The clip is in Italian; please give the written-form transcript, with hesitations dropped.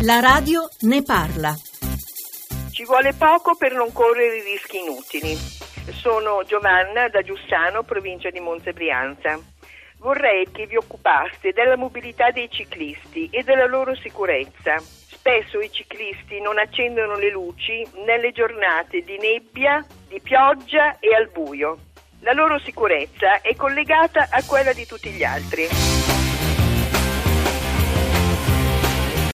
La radio ne parla. Ci vuole poco per non correre rischi inutili. Sono Giovanna da Giussano, provincia di Monza e Brianza. Vorrei che vi occupaste della mobilità dei ciclisti e della loro sicurezza. Spesso i ciclisti non accendono le luci nelle giornate di nebbia, di pioggia e al buio. La loro sicurezza è collegata a quella di tutti gli altri.